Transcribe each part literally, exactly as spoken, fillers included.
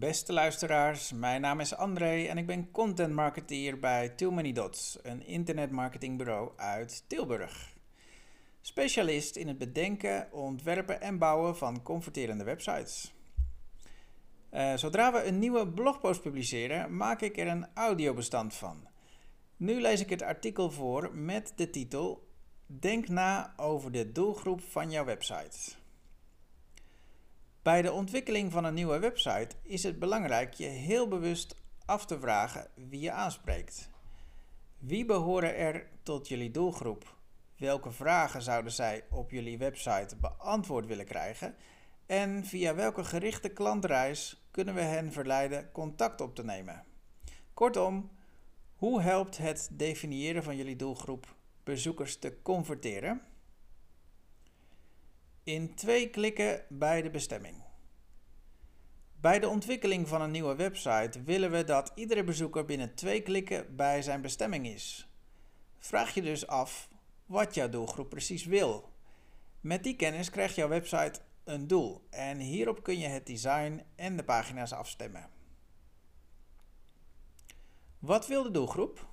Beste luisteraars, mijn naam is André en ik ben content marketeer bij Too Many Dots, een internetmarketingbureau uit Tilburg. Specialist in het bedenken, ontwerpen en bouwen van converterende websites. Uh, zodra we een nieuwe blogpost publiceren, maak ik er een audiobestand van. Nu lees ik het artikel voor met de titel Denk na over de doelgroep van jouw website. Bij de ontwikkeling van een nieuwe website is het belangrijk je heel bewust af te vragen wie je aanspreekt. Wie behoren er tot jullie doelgroep? Welke vragen zouden zij op jullie website beantwoord willen krijgen? En via welke gerichte klantreis kunnen we hen verleiden contact op te nemen? Kortom, hoe helpt het definiëren van jullie doelgroep bezoekers te converteren? In twee klikken bij de bestemming. Bij de ontwikkeling van een nieuwe website willen we dat iedere bezoeker binnen twee klikken bij zijn bestemming is. Vraag je dus af wat jouw doelgroep precies wil. Met die kennis krijgt jouw website een doel en hierop kun je het design en de pagina's afstemmen. Wat wil de doelgroep?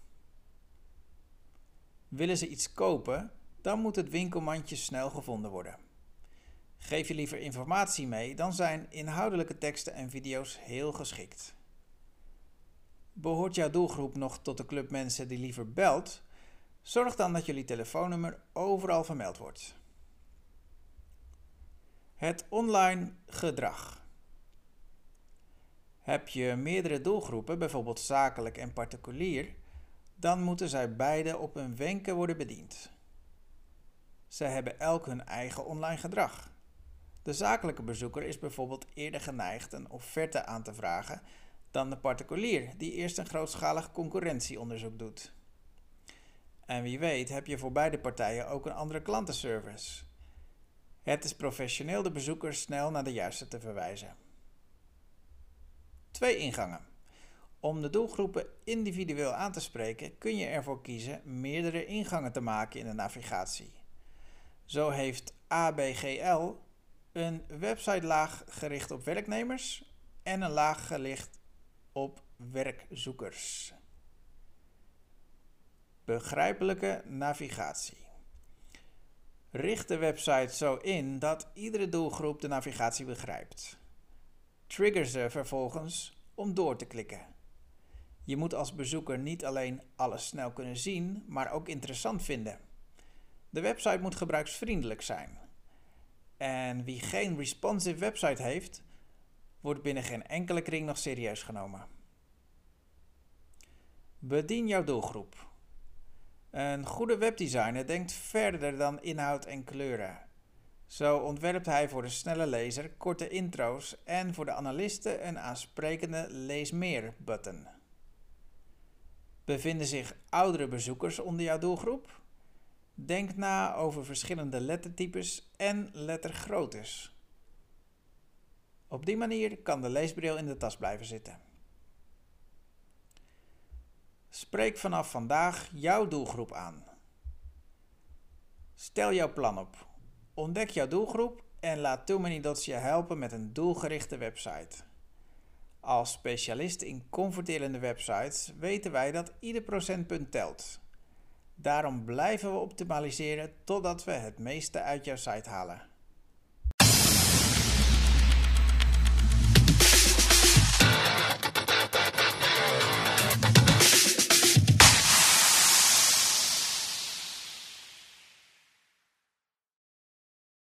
Willen ze iets kopen, dan moet het winkelmandje snel gevonden worden. Geef je liever informatie mee, dan zijn inhoudelijke teksten en video's heel geschikt. Behoort jouw doelgroep nog tot de club mensen die liever belt? Zorg dan dat jullie telefoonnummer overal vermeld wordt. Het online gedrag. Heb je meerdere doelgroepen, bijvoorbeeld zakelijk en particulier, dan moeten zij beide op hun wenken worden bediend. Zij hebben elk hun eigen online gedrag. De zakelijke bezoeker is bijvoorbeeld eerder geneigd een offerte aan te vragen dan de particulier die eerst een grootschalig concurrentieonderzoek doet. En wie weet heb je voor beide partijen ook een andere klantenservice. Het is professioneel de bezoeker snel naar de juiste te verwijzen. Twee ingangen. Om de doelgroepen individueel aan te spreken kun je ervoor kiezen meerdere ingangen te maken in de navigatie. Zo heeft A B G L een websitelaag gericht op werknemers en een laag gericht op werkzoekers. Begrijpelijke navigatie. Richt de website zo in dat iedere doelgroep de navigatie begrijpt. Trigger ze vervolgens om door te klikken. Je moet als bezoeker niet alleen alles snel kunnen zien, maar ook interessant vinden. De website moet gebruiksvriendelijk zijn. En wie geen responsive website heeft, wordt binnen geen enkele kring nog serieus genomen. Bedien jouw doelgroep. Een goede webdesigner denkt verder dan inhoud en kleuren. Zo ontwerpt hij voor de snelle lezer korte intro's en voor de analisten een aansprekende lees meer button. Bevinden zich oudere bezoekers onder jouw doelgroep? Denk na over verschillende lettertypes en lettergroottes. Op die manier kan de leesbril in de tas blijven zitten. Spreek vanaf vandaag jouw doelgroep aan. Stel jouw plan op. Ontdek jouw doelgroep en laat Too Many Dots je helpen met een doelgerichte website. Als specialist in converterende websites weten wij dat ieder procentpunt telt. Daarom blijven we optimaliseren totdat we het meeste uit jouw site halen.